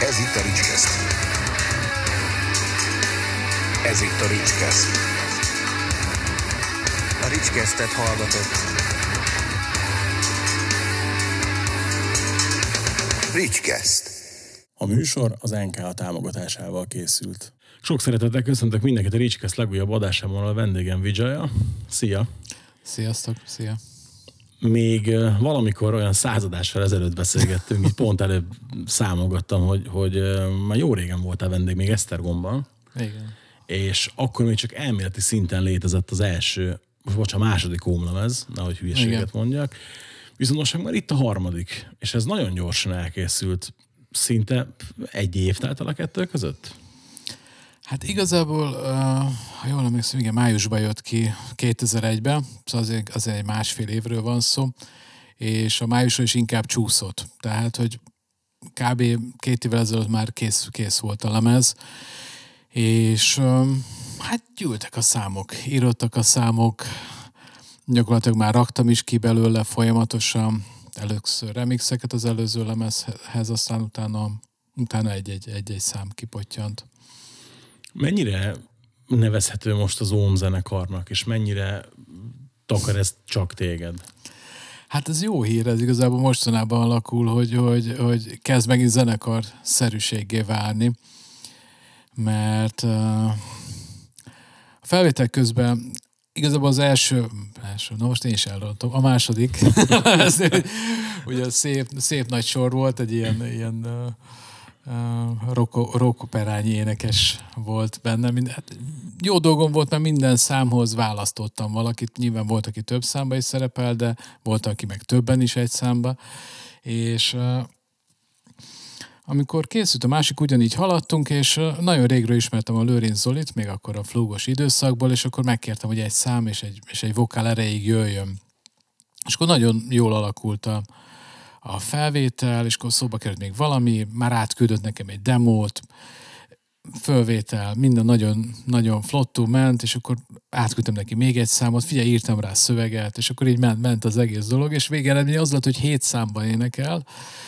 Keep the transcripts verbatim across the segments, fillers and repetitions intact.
Ez itt a Ricskeszt. Ez itt a Ricskeszt. A Ricskesztet hallgatott. Ricskeszt. A műsor az en ká támogatásával készült. Sok szeretettel köszöntök mindenkit a Ricskeszt legújabb adásában, a vendégem Vijaya. Szia! Sziasztok, szia! Még valamikor olyan századással ezelőtt beszélgettünk, így pont előbb számolgattam, hogy, hogy már jó régen voltál vendég, még Esztergomban. Igen. És akkor még csak elméleti szinten létezett az első, vagy a második ómlemez, nehogy hülyeséget Igen. mondjak. Viszont most már itt a harmadik, és ez nagyon gyorsan elkészült. Szinte egy év telt el a kettő között? Hát igazából, uh, ha jól emlékszem, igen, májusban jött ki kétezer-egyben, szóval azért, azért egy másfél évről van szó, és a májusra is inkább csúszott. Tehát, hogy kb. két évvel ezelőtt már kész, kész volt a lemez, és um, hát gyűltek a számok, írottak a számok, gyakorlatilag már raktam is ki belőle folyamatosan, először remixeket az előző lemezhez, aztán utána, utána egy-egy, egy-egy szám kipottyant. Mennyire nevezhető most az Óm zenekarnak, és mennyire takar ez csak téged? Hát ez jó hír, ez igazából mostanában alakul, hogy, hogy, hogy kezd megint zenekar-szerűséggé válni, mert uh, a felvétel közben igazából az első, első na most én is elrontom, a második, ez, ugye szép, szép nagy sor volt, egy ilyen, ilyen uh, uh, rock-operányi énekes volt benne. Mind, hát jó dolgom volt, mert minden számhoz választottam valakit. Nyilván volt, aki több számba is szerepel, de volt, aki meg többen is egy számba. És uh, amikor készült a másik, ugyanígy haladtunk, és nagyon régről ismertem a Lőrinc Zolit, még akkor a flúgos időszakból, és akkor megkértem, hogy egy szám és egy, és egy vokál erejéig jöjjön. És akkor nagyon jól alakult a, a felvétel, és akkor szóba került még valami, már átküldött nekem egy demót, fölvétel, minden nagyon, nagyon flottul ment, és akkor átküldtem neki még egy számot, figyelj, írtam rá szöveget, és akkor így ment, ment az egész dolog, és végeredmény az lett, hogy hét számban énekel.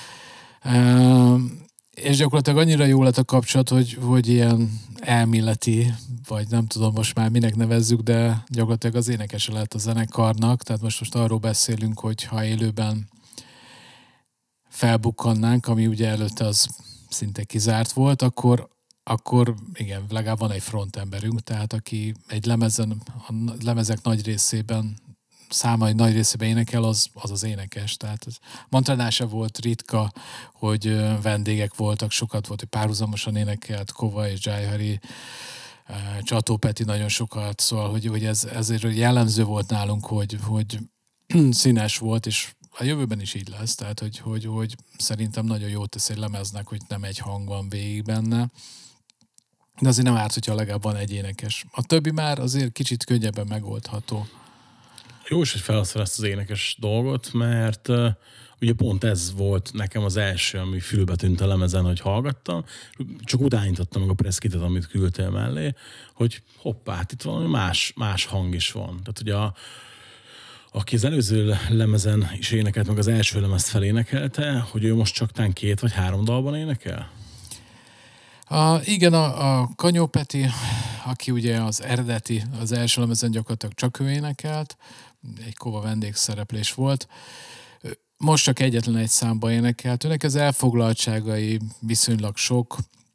Um, és gyakorlatilag annyira jó lett a kapcsolat, hogy, hogy ilyen elméleti, vagy nem tudom most már minek nevezzük, de gyakorlatilag az énekese lett a zenekarnak, tehát most, most arról beszélünk, hogy ha élőben felbukkannánk, ami ugye előtte az szinte kizárt volt, akkor, akkor igen, legalább van egy frontemberünk, tehát aki egy lemezen, a lemezek nagy részében számai nagy részében énekel, az az, az énekes. Tehát Montrenál se volt ritka, hogy vendégek voltak, sokat volt, hogy párhuzamosan énekelt, Kova és Jai-Hari, Csató Peti nagyon sokat, szóval, hogy, hogy ez, ezért jellemző volt nálunk, hogy, hogy színes volt, és a jövőben is így lesz, tehát hogy, hogy, hogy szerintem nagyon jót tesz egy lemeznek, hogy nem egy hang van végig benne, de azért nem árt, hogyha legalább van egy énekes. A többi már azért kicsit könnyebben megoldható. Jó is, hogy felhasznál ezt az énekes dolgot, mert uh, ugye pont ez volt nekem az első, ami fülbe tűnt a lemezen, hogy hallgattam. Csak utánítottam meg a preszkitet, amit küldtél mellé, hogy hoppá, hát itt valami más, más hang is van. Tehát ugye a, aki az előző lemezen is énekelt, meg az első lemezt felénekelte, hogy ő most csak tán két vagy három dalban énekel? A, igen, a, a Kanyó Peti, aki ugye az eredeti, az első lemezen gyakorlatilag csak ő énekelt, egy Kova vendégszereplés volt. Most csak egyetlen egy számba énekelt. Őnek az elfoglaltságai viszonylag sok,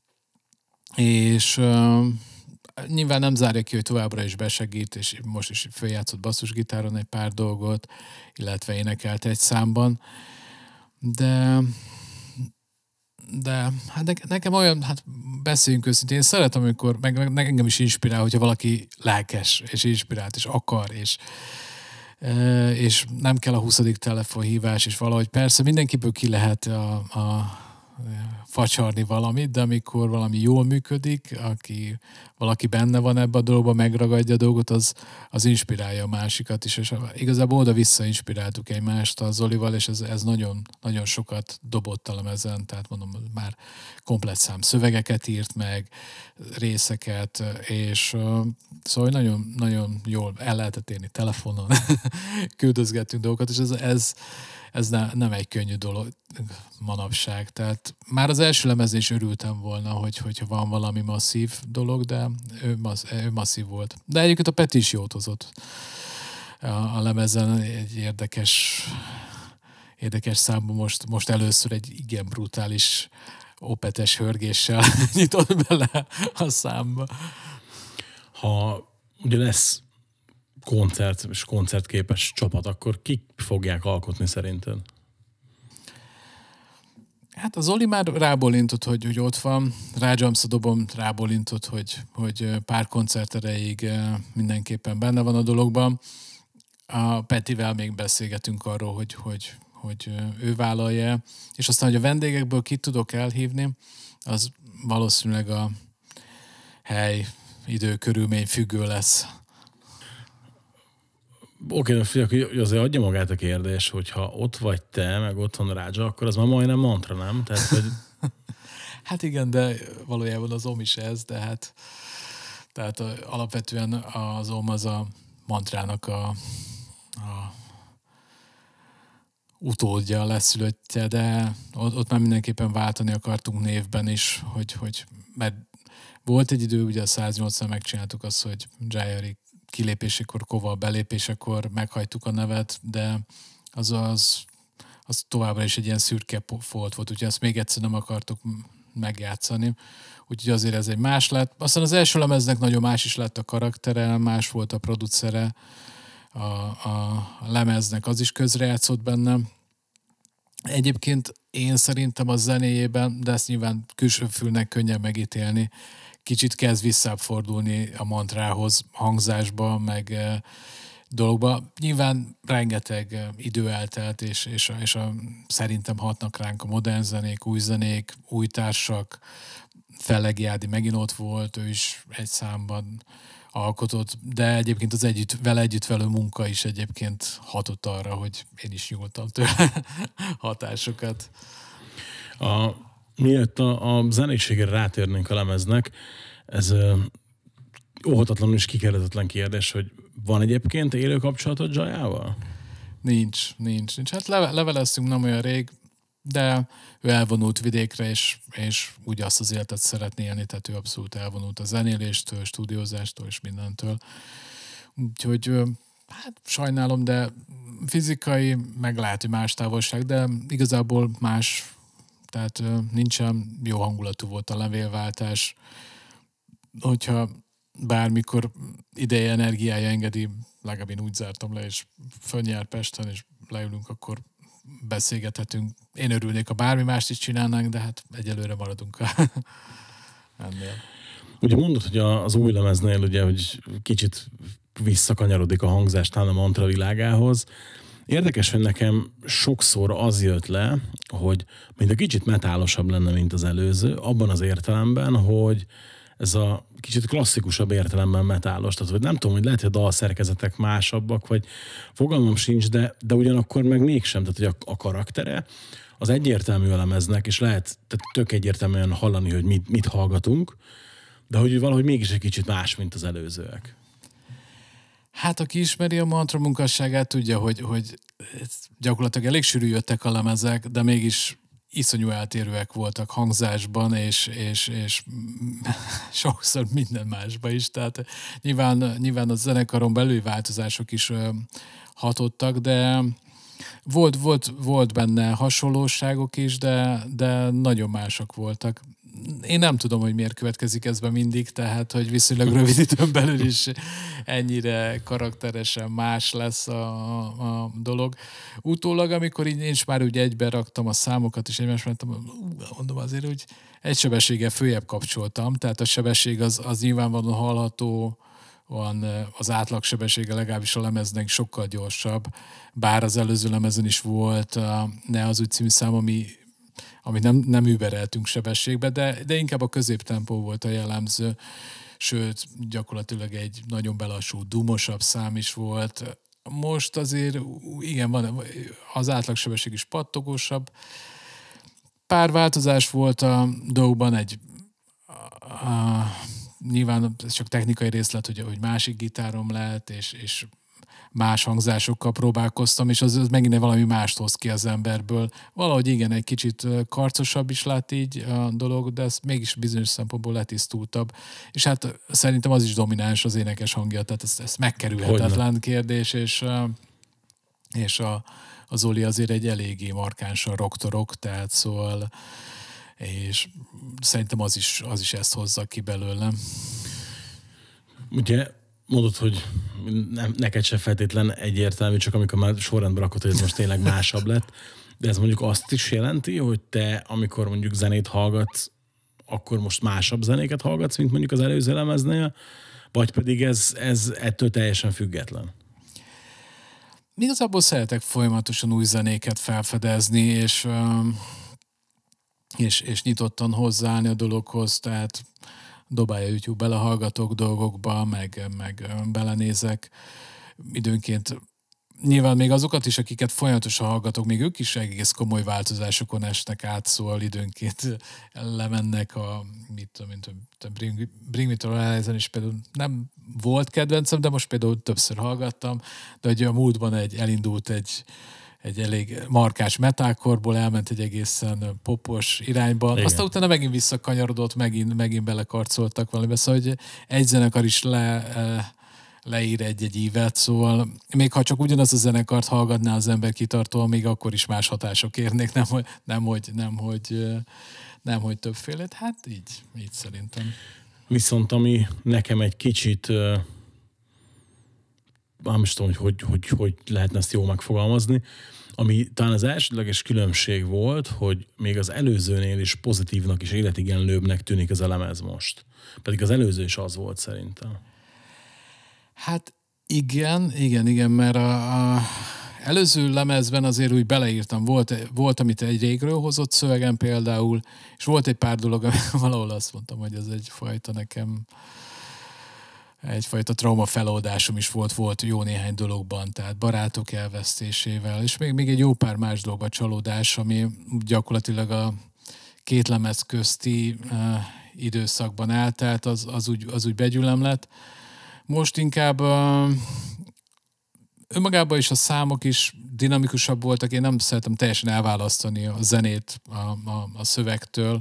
és uh, nyilván nem zárja ki, hogy továbbra is besegít, és most is följátszott basszusgitáron egy pár dolgot, illetve énekelt egy számban. De de hát nekem olyan, hát beszéljünk őszintén, én szeretem, amikor meg, meg engem is inspirál, hogyha valaki lelkes, és inspirált, és akar, és, és nem kell a huszadik telefonhívás, és valahogy persze mindenkiből ki lehet a, a facsarni valamit, de amikor valami jól működik, aki, valaki benne van ebbe a dologban, megragadja a dolgot, az, az inspirálja a másikat is, és igazából oda-vissza inspiráltuk egymást a Zolival, és ez, ez nagyon, nagyon sokat dobott a lemezen, tehát mondom, már komplett szám szövegeket írt meg, részeket, és uh, szóval nagyon, nagyon jól el lehetett érni telefonon, küldözgettünk dolgokat, és ez, ez ez ne, nem egy könnyű dolog manapság. Tehát már az első lemezén is örültem volna, hogy, hogyha van valami masszív dolog, de ő, massz, ő masszív volt. De egyébként a Peti is jót hozott a, a lemezen, egy érdekes érdekes számban most, most először egy igen brutális opetes hörgéssel nyitott bele a számba. Ha ugye lesz koncert és koncertképes csapat, akkor kik fogják alkotni szerinted? Hát az Zoli már rábólintott, hogy, hogy ott van. Rájamsz a dobom rábólintott, hogy, hogy pár koncert erejéig mindenképpen benne van a dologban. A Petivel még beszélgetünk arról, hogy, hogy, hogy ő vállalja. És aztán, hogy a vendégekből kit tudok elhívni, az valószínűleg a hely, idő, körülmény függő lesz. Oké, okay, figyelj, azért adja magát a kérdés, hogyha ott vagy te, meg ott van Rádzsa, akkor az már majdnem mantra, nem? Tehát, hogy... Hát igen, de valójában az om is ez, de hát tehát alapvetően az om az a mantrának a, a utódja, leszülöttje, de ott, ott már mindenképpen váltani akartunk névben is, hogy, hogy mert volt egy idő, ugye a száznyolcvan megcsináltuk azt, hogy Jayari kilépésekor, Kova belépésekor meghajtuk a nevet, de az, az, az továbbra is egy ilyen szürke folt volt, úgyhogy ezt még egyszer nem akartuk megjátszani. Úgyhogy azért ez egy más lett. Aztán az első lemeznek nagyon más is lett a karaktere, más volt a producere, a, a, a lemeznek az is közrejátszott benne. Egyébként én szerintem a zenéjében, de ezt nyilván külső fülnek könnyebb megítélni, kicsit kezd visszafordulni a mantrához, hangzásba, meg e, dologba. Nyilván rengeteg e, idő eltelt, és, és, és a, szerintem hatnak ránk a modern zenék, új zenék, új társak. Fellegi Ádi megint ott volt, ő is egy számban alkotott, de egyébként az együtt, vele együtt velő munka is egyébként hatott arra, hogy én is nyúltam tőle hatásokat. A, miért a, a zenéségére rátérnénk a lemeznek, ez ö, óhatatlanul is kikerülhetetlen kérdés, hogy van egyébként élő kapcsolatod Zsajával? Nincs, nincs, nincs. Hát leve, leveleztünk nem olyan rég, de ő elvonult vidékre, és, és úgy azt az életet szeretné élni, tehát ő abszolút elvonult a zenéléstől, stúdiózástól és mindentől. Úgyhogy hát sajnálom, de fizikai, meg lehet, hogy más távolság, de igazából más, tehát nincsen, jó hangulatú volt a levélváltás. Hogyha bármikor ideje, energiája engedi, legalább én úgy zártam le, és fönnyár Pesten, és leülünk, akkor beszélgethetünk. Én örülnék, ha bármi mást is csinálnánk, de hát egyelőre maradunk ennél. Ugye mondod, hogy az új lemeznél ugye, hogy kicsit visszakanyarodik a hangzás talán a mantra világához. Érdekes, hogy nekem sokszor az jött le, hogy mint a kicsit metálosabb lenne, mint az előző, abban az értelemben, hogy ez a kicsit klasszikusabb értelemben metálos. Tehát, hogy nem tudom, hogy lehet, hogy a dalszerkezetek másabbak, vagy fogalmam sincs, de, de ugyanakkor meg mégsem. Tehát, hogy a, a karaktere az egyértelmű a lemeznek, és lehet tehát tök egyértelműen hallani, hogy mit, mit hallgatunk, de hogy valahogy mégis egy kicsit más, mint az előzőek. Hát, aki ismeri a mantra munkásságát, tudja, hogy, hogy gyakorlatilag elég sűrű jöttek a lemezek, de mégis iszonyú eltérőek voltak hangzásban, és, és, és sokszor minden másban is. Tehát nyilván, nyilván a zenekaron belüli változások is hatottak, de volt, volt, volt benne hasonlóságok is, de, de nagyon mások voltak. Én nem tudom, hogy miért következik ez be mindig, tehát, hogy viszonylag rövid időn belül is ennyire karakteresen más lesz a, a dolog. Utólag, amikor így én is már úgy egyben raktam a számokat, és egymás mondtam, mondom azért, hogy egy sebességgel följebb kapcsoltam, tehát a sebesség az, az nyilvánvalóan hallható, van az átlagsebessége legalábbis a lemeznek sokkal gyorsabb, bár az előző lemezen is volt a Ne az úgy című szám, ami amit nem, nem übereltünk sebességbe, de, de inkább a középtempó volt a jellemző, sőt, gyakorlatilag egy nagyon belassult, dumosabb szám is volt. Most azért, igen, van, az átlagsebesség is pattogósabb. Pár változás volt a dolgban, egy a, a, nyilván ez csak technikai részlet, hogy, hogy másik gitárom lehet, és, és más hangzásokkal próbálkoztam, és az, az megint valami mást hoz ki az emberből. Valahogy igen, egy kicsit karcosabb is lett így a dolog, de ez mégis bizonyos szempontból letisztultabb. És hát szerintem az is domináns az énekes hangja, tehát ez, ez megkerülhetetlen Hogyne. kérdés, és, és a, a Zoli azért egy eléggé markánsan rocktorok, tehát szóval és szerintem az is, az is ezt hozza ki belőlem. Ugye mondod, hogy nem, neked sem feltétlen egyértelmű, csak amikor már sorrendbe rakod, hogy ez most tényleg másabb lett, de ez mondjuk azt is jelenti, hogy te, amikor mondjuk zenét hallgatsz, akkor most másabb zenéket hallgatsz, mint mondjuk az előző lemeznél, vagy pedig ez, ez ettől teljesen független? Igazából szeretek folyamatosan új zenéket felfedezni, és, és, és nyitottan hozzáállni a dologhoz, tehát dobálja YouTube, belehallgatok dolgokba, meg, meg belenézek. Időnként nyilván még azokat is, akiket folyamatosan hallgatok, még ők is egész komoly változásokon esnek át, szóval időnként lemennek a, mit tudom, mint a Bring, Bring Me To Horizon is például nem volt kedvencem, de most például többször hallgattam, de hogy a múltban egy, elindult egy egy elég markás metalkorból elment egy egészen popos irányba. Igen. Aztán utána megint visszakanyarodott, megint, megint belekarcoltak valamibe. Szóval, hogy egy zenekar is le, leír egy-egy ívet, szóval még ha csak ugyanaz a zenekart hallgatná az ember kitartóan, még akkor is más hatások érnék, nem hogy, nem, hogy, nem, hogy, nem, hogy többfélét. Hát így, így szerintem. Viszont ami nekem egy kicsit nem is tudom, hogy hogy, hogy hogy lehetne ezt jól megfogalmazni, ami talán az elsődleges különbség volt, hogy még az előzőnél is pozitívnak és életigenlőbbnek tűnik ez a lemez most. Pedig az előző is az volt szerintem. Hát igen, igen, igen, mert a, a előző lemezben azért úgy beleírtam, volt, volt, amit egy régről hozott szövegen például, és volt egy pár dolog, valahol azt mondtam, hogy ez egyfajta nekem egyfajta trauma feloldásom is volt, volt jó néhány dologban, tehát barátok elvesztésével, és még, még egy jó pár más dologban csalódás, ami gyakorlatilag a két lemez közti uh, időszakban eltelt, az, az, úgy, az úgy begyűlöm lett. Most inkább uh, önmagában is a számok is dinamikusabb voltak, én nem szeretem teljesen elválasztani a zenét a, a, a szövegtől,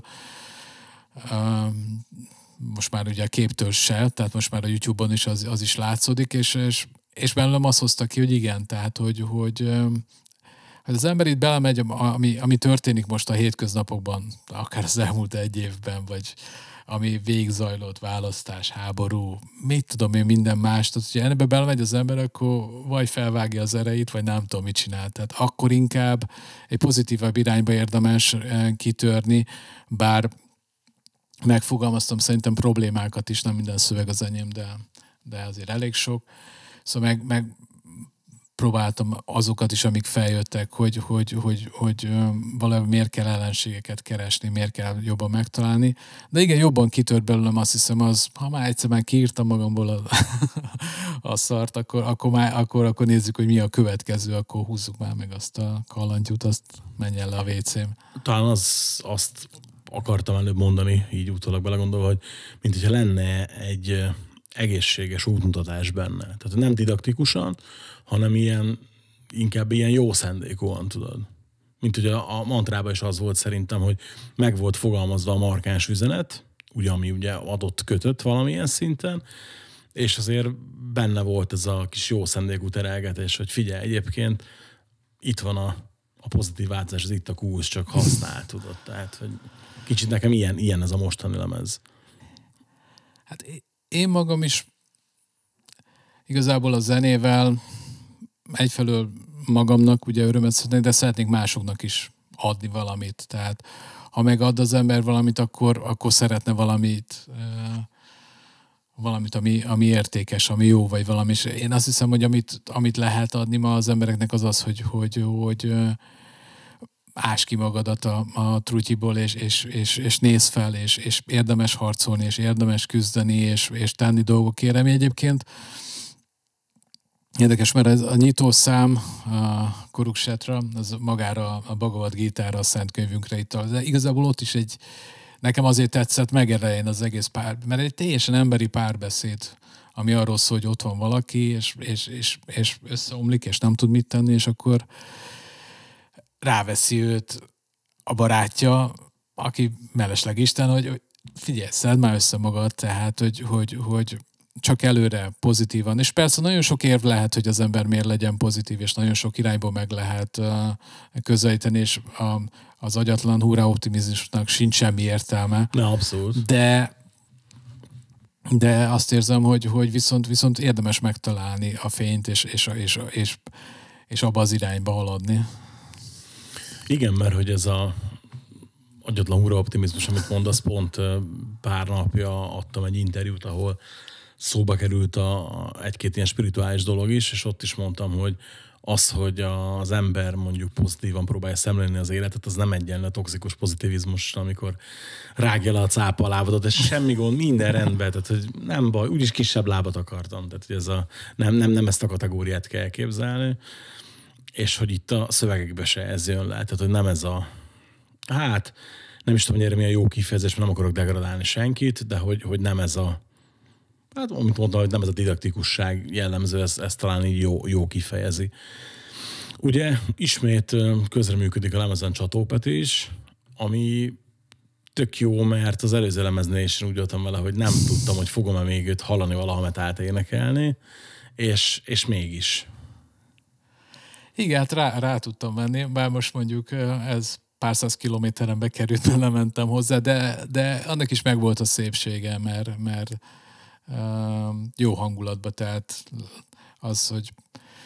uh, most már ugye a képtől se, tehát most már a YouTube-on is az, az is látszódik, és, és, és belőlem azt hozta ki, hogy igen, tehát hogy, hogy, hogy az ember itt belemegy, ami, ami történik most a hétköznapokban, akár az elmúlt egy évben, vagy ami végigzajlott, választás, háború, mit tudom én, minden más, tehát hogyha ebbe belemegy az ember, akkor vagy felvágja az ereit, vagy nem tudom, mit csinál. Tehát akkor inkább egy pozitívabb irányba érdemes kitörni, bár megfogalmaztam szerintem problémákat is, nem minden szöveg az enyém, de, de azért elég sok. Szóval meg, meg próbáltam azokat is, amik feljöttek, hogy, hogy, hogy, hogy valami miért kell ellenségeket keresni, miért kell jobban megtalálni. De igen, jobban kitört belőlem, azt hiszem, az, ha már egyszer már kiírtam magamból a, a szart, akkor, akkor, már, akkor, akkor nézzük, hogy mi a következő, akkor húzzuk már meg azt a kalantyút, azt menjen le a vécém. Talán az, azt akartam előbb mondani, így utólag belegondolva, hogy mint hogyha lenne egy egészséges útmutatás benne. Tehát nem didaktikusan, hanem ilyen, inkább ilyen jó szándékúan, tudod. Mint ugye a mantrában is az volt szerintem, hogy meg volt fogalmazva a markáns üzenet, ugye, ami ugye adott kötött valamilyen szinten, és azért benne volt ez a kis jó szándékú terelgetés, hogy figyelj, egyébként itt van a, a pozitív változás, az itt a kulcs, csak használ, tudod. Tehát, hogy kicsit nekem ilyen, ilyen ez a mostani lemez. Hát én magam is igazából a zenével egyfelől magamnak ugye örömet szeretnék, de szeretnék másoknak is adni valamit. Tehát ha megad az ember valamit, akkor, akkor szeretne valamit, valamit ami, ami értékes, ami jó, vagy valami. És én azt hiszem, hogy amit, amit lehet adni ma az embereknek, az az, hogy, hogy, hogy ás ki magadat a, a trutyiból, és, és, és, és nézz fel, és, és érdemes harcolni, és érdemes küzdeni, és, és tenni dolgokért, ami egyébként érdekes, mert ez a nyitószám a Kuruksetra, az magára a Bhagavad Gítára, a Szent Könyvünkre itt, de igazából ott is egy, nekem azért tetszett meg elején az egész pár, mert egy teljesen emberi párbeszéd ami arról szól, hogy ott van valaki, és, és, és, és összeomlik, és nem tud mit tenni, és akkor ráveszi őt a barátja, aki mellesleg Isten, hogy figyelj, szedd már össze magad, tehát, hogy, hogy, hogy csak előre pozitívan. És persze nagyon sok érv lehet, hogy az ember miért legyen pozitív, és nagyon sok irányból meg lehet uh, közelíteni, és a, az agyatlan hurrá optimizmusnak sincs semmi értelme. Ne, abszolút. De, de azt érzem, hogy, hogy viszont, viszont érdemes megtalálni a fényt, és, és, és, és, és abba az irányba haladni. Igen, mert hogy ez a agyatlan hurrá optimizmus, amit mondasz, pont pár napja adtam egy interjút, ahol szóba került a, egy-két ilyen spirituális dolog is, és ott is mondtam, hogy az, hogy az ember mondjuk pozitívan próbálja szemlélni az életet, az nem egyenlő toxikus pozitivizmus, amikor rágja le a cápa a lábadat, és semmi gond, minden rendben, tehát hogy nem baj, úgyis kisebb lábat akartam, tehát hogy ez a, nem, nem, nem ezt a kategóriát kell elképzelni, és hogy itt a szövegekbe se ez jön le, tehát hogy nem ez a, hát nem is tudom, hogy erre milyen jó kifejezés, mert nem akarok degradálni senkit, de hogy, hogy nem ez a, hát amit mondtam, hogy nem ez a didaktikusság jellemző, ez, ez talán így jó, jó kifejezi. Ugye ismét közreműködik a lemezen Csatópeti is, ami tök jó, mert az előző lemeznél is úgy voltam vele, hogy nem tudtam, hogy fogom-e még őt hallani valahogy áténekelni, és, és mégis. Igen, hát rá, rá tudtam menni, bár most mondjuk ez pár száz kilométeren bekerült, mert lementem hozzá, de, de annak is megvolt a szépsége, mert, mert uh, jó hangulatba, tehát az, hogy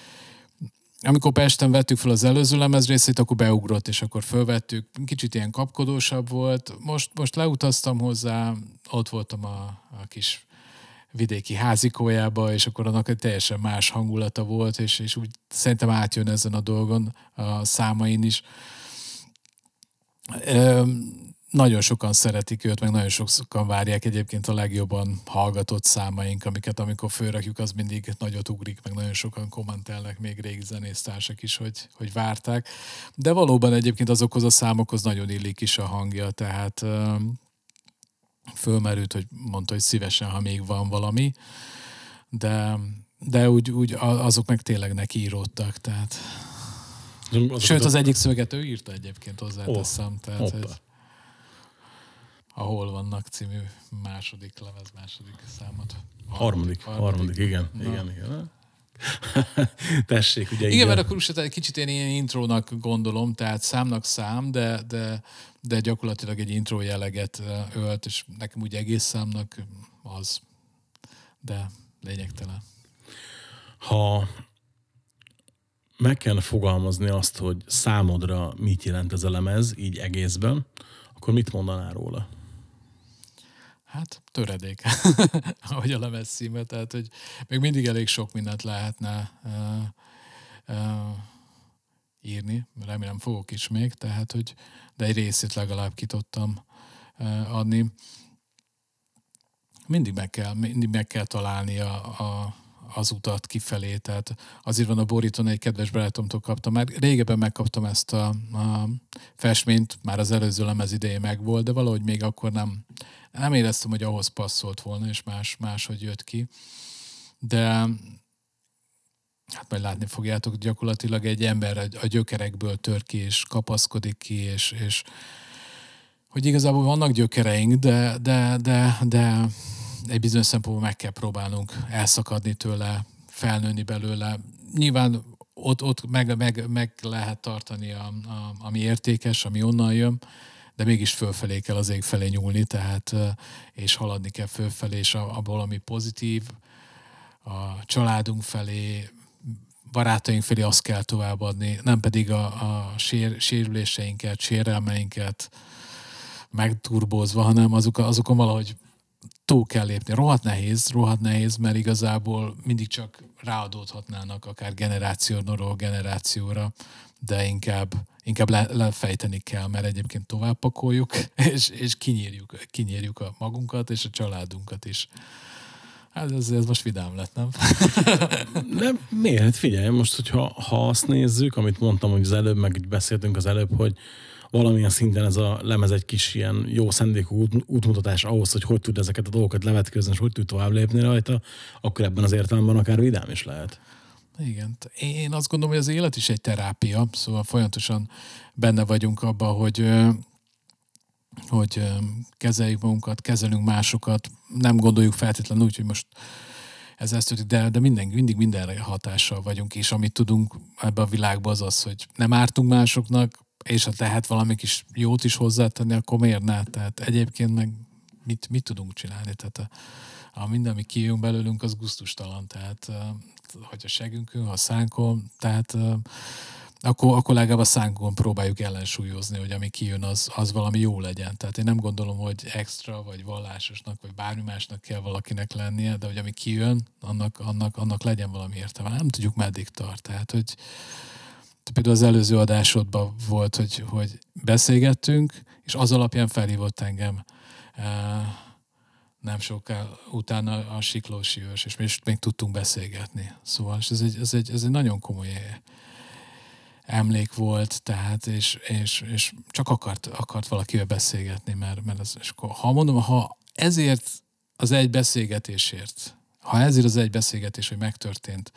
amikor Pesten vettük fel az előző lemez részét, akkor beugrott, és akkor fölvettük, kicsit ilyen kapkodósabb volt. Most, most leutaztam hozzá, ott voltam a, a kis vidéki házikójába, és akkor annak egy teljesen más hangulata volt, és, és úgy szerintem átjön ezen a dolgon, a számain is. Nagyon sokan szeretik őt, meg nagyon sokan várják egyébként a legjobban hallgatott számaink, amiket amikor fölrakjuk, az mindig nagyot ugrik, meg nagyon sokan kommentelnek, még régi zenésztársak is, hogy, hogy várták. De valóban egyébként azokhoz a számokhoz nagyon illik is a hangja, tehát fölmerült, hogy mondta, hogy szívesen, ha még van valami, de, de úgy, úgy azok meg tényleg neki íródtak, tehát... Az Sőt, az egyik szöveget ő írta egyébként, hozzáteszem, oh, tehát hogy a Hol vannak című második lemez, második számot. Harmadik, harmadik, harmadik igen, Na. igen, igen. Tessék, ugye igen, igen. mert akkor most egy kicsit én ilyen intrónak gondolom, tehát számnak szám, de, de, de gyakorlatilag egy intro jelleget ölt, és nekem úgy egész számnak az, de lényegtelen. Ha meg kellene fogalmazni azt, hogy számodra mit jelent ez a lemez, így egészben, akkor mit mondanál róla? Hát töredék, ahogy a lemez címe, tehát hogy még mindig elég sok mindent lehetne uh, uh, írni, remélem fogok is még, tehát hogy de egy részét legalább ki tudtam uh, adni. Mindig meg kell, mindig meg kell találni a, a az utat kifelé, tehát azért van a borítón, egy kedves barátomtól kaptam, már régebben megkaptam ezt a, a festményt, már az előző lemez idején megvolt, de valahogy még akkor nem, nem éreztem, hogy ahhoz passzolt volna, és más, máshogy jött ki. De hát majd látni fogjátok, gyakorlatilag egy ember a gyökerekből tör ki, és kapaszkodik ki, és, és hogy igazából vannak gyökereink, de, de, de, de egy bizonyos szempontból meg kell próbálnunk elszakadni tőle, felnőni belőle. Nyilván ott, ott meg, meg, meg lehet tartani, a, a, ami értékes, ami onnan jön, de mégis fölfelé kell az ég felé nyúlni, tehát, és haladni kell fölfelé, és abból, ami pozitív, a családunk felé, barátaink felé azt kell továbbadni, nem pedig a, a sér, sérüléseinket, sérelmeinket megturbózva, hanem azok, azokon valahogy túl kell lépni. Rohadt nehéz, rohadt nehéz, mert igazából mindig csak ráadódhatnának akár generációról generációra, de inkább, inkább le, lefejteni kell, mert egyébként tovább pakoljuk, és, és kinyírjuk, kinyírjuk a magunkat és a családunkat is. Hát ez, ez most vidám lett, nem? Nem, miért? Hát figyelj, most, hogyha ha azt nézzük, amit mondtam, hogy az előbb, meg így beszéltünk az előbb, hogy valamilyen szinten ez a lemez egy kis ilyen jó szándékú út, útmutatás ahhoz, hogy hogy tud ezeket a dolgokat levetközni, és hogy tud tovább lépni rajta, akkor ebben az értelemben akár vidám is lehet. Igen. Én azt gondolom, hogy az élet is egy terápia, szóval folyamatosan benne vagyunk abban, hogy, hogy kezeljük magunkat, kezelünk másokat, nem gondoljuk feltétlenül úgy, hogy most ez ezt történik, de, de minden, mindig mindenre hatással vagyunk, és amit tudunk ebben a világban az az, hogy nem ártunk másoknak, és ha lehet valami kis jót is hozzátenni, akkor miért ne? Tehát egyébként meg mit, mit tudunk csinálni? Tehát a, a minden, ami kijön belőlünk, az gusztustalan. Tehát hogy a segünkön, ha a szánkon, tehát akkor, akkor legalább a szánkon próbáljuk ellensúlyozni, hogy ami kijön, az, az valami jó legyen. Tehát én nem gondolom, hogy extra, vagy vallásosnak, vagy bármi másnak kell valakinek lennie, de hogy ami kijön, annak, annak, annak legyen valami értelme. Nem tudjuk, meddig tart. Tehát, hogy például az előző adásodban volt, hogy, hogy beszélgettünk, és az alapján felhívott engem nem sokkal utána a Siklósi ős, és még, még tudtunk beszélgetni. Szóval ez egy, ez egy, ez egy nagyon komoly emlék volt, tehát, és, és, és csak akart, akart valakivel beszélgetni, mert, mert az, és akkor, ha mondom, ha ezért az egy beszélgetésért, ha ezért az egy beszélgetés, hogy megtörtént,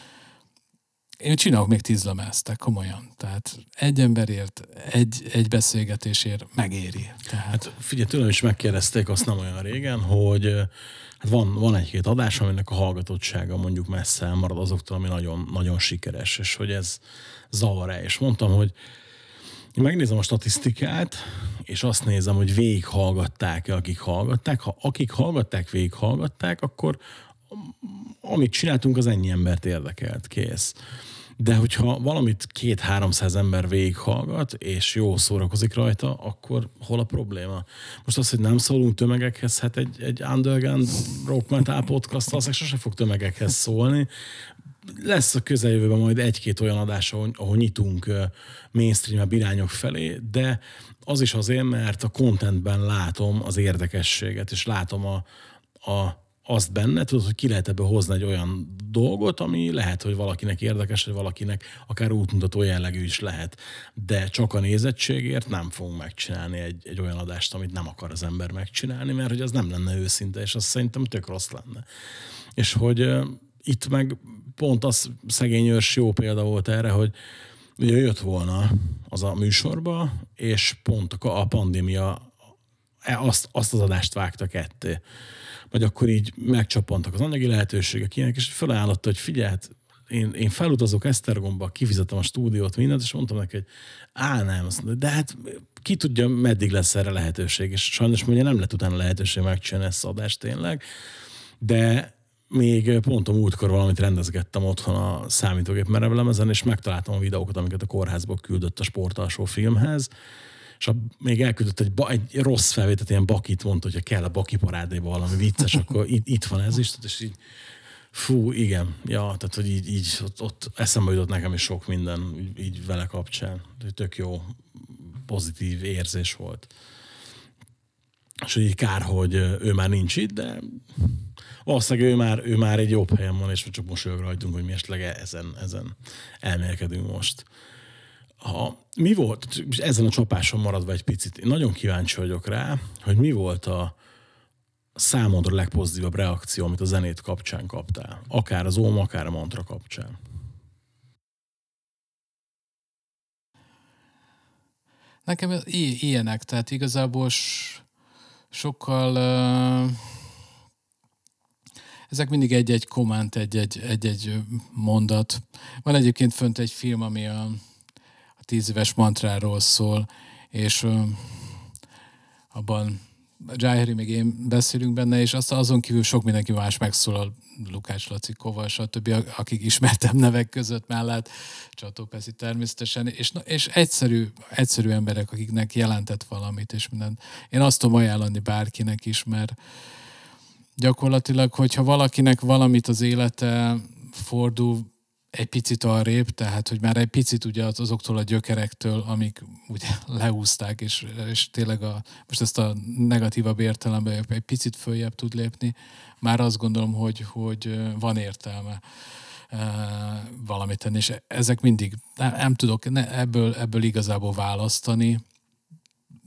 én csinálok még tíz lemezt, komolyan. Tehát egy emberért, egy, egy beszélgetésért megéri. Tehát... Hát figyelj, tőlem is megkérdezték azt nem olyan régen, hogy hát van, van egy-két adás, aminek a hallgatottsága mondjuk messze elmarad azoktól, ami nagyon, nagyon sikeres, és hogy ez zavar-e. És mondtam, hogy én megnézem a statisztikát, és azt nézem, hogy végighallgatták-e, akik hallgatták. Ha akik hallgatták, végighallgatták, akkor amit csináltunk, az ennyi embert érdekelt, kész. De hogyha valamit két-háromszáz ember végighallgat, és jó szórakozik rajta, akkor hol a probléma? Most az, hogy nem szólunk tömegekhez, hát egy, egy underground rock metal podcast az sose fog tömegekhez szólni. Lesz a közeljövőben majd egy-két olyan adás, ahol, ahol nyitunk mainstream-ebb irányok felé, de az is azért, mert a contentben látom az érdekességet, és látom a, a azt benne, tudod, hogy ki lehet ebből hozni egy olyan dolgot, ami lehet, hogy valakinek érdekes, vagy valakinek akár útmutató jellegű is lehet. De csak a nézettségért nem fogunk megcsinálni egy, egy olyan adást, amit nem akar az ember megcsinálni, mert hogy az nem lenne őszinte, és az szerintem tök rossz lenne. És hogy uh, itt meg pont az szegény ős jó példa volt erre, hogy ugye jött volna az a műsorba, és pont a pandémia azt, azt az adást vágta ketté. Vagy akkor így megcsapantak az anyagi lehetőségek ilyenek, és felajánlotta, hogy figyelj, én, én felutazok Esztergomba, kifizetem a stúdiót, mindent, és mondtam neki, hogy á, nem, azt mondta, de hát ki tudja, meddig lesz erre lehetőség, és sajnos mondja, nem lett utána lehetőség megcsinálni ezt az adást tényleg, de még pont a múltkor valamit rendezgettem otthon a számítógép merevlemezen, és megtaláltam a videókat, amiket a kórházból küldött a Sportalsó filmhez, és a, még elküldött egy, ba, egy rossz felvételt, ilyen bakit mondta, hogyha kell a baki parádéba valami vicces, akkor itt, itt van ez is, és így fú, igen, ja, tehát hogy így, így ott, ott eszembe jutott nekem is sok minden így, így vele kapcsán. Tök jó, pozitív érzés volt. És hogy így kár, hogy ő már nincs itt, de valószínűleg ő már, ő már egy jobb helyen van, és csak mosolyog rajtunk, hogy mi esetleg ezen, ezen elmélkedünk most. Ha, mi volt, ezen a csapáson maradva egy picit, én nagyon kíváncsi vagyok rá, hogy mi volt a számodra legpozitívabb reakció, amit a zenét kapcsán kaptál. Akár az Óm, akár a Mantra kapcsán. Nekem ilyenek, tehát igazából sokkal... Uh, ezek mindig egy-egy komment, egy-egy, egy-egy mondat. Van egyébként fönt egy film, ami a, a tíz éves mantráról szól, és uh, abban Jai még én beszélünk benne, és azt azon kívül sok mindenki más megszólal, Lukács Laci, Kovács, stb., akik ismertem nevek között mellett, Csató Peszi természetesen, és, és egyszerű, egyszerű emberek, akiknek jelentett valamit, és mindent. Én azt tudom ajánlani bárkinek is, mert gyakorlatilag, hogyha valakinek valamit az élete fordul egy picit arrébb, tehát, hogy már egy picit ugye azoktól a gyökerektől, amik ugye leúzták, és, és tényleg a, most ezt a negatívabb értelemben egy picit följebb tud lépni, már azt gondolom, hogy, hogy van értelme valamit tenni, és ezek mindig, nem, nem tudok ne, ebből, ebből igazából választani,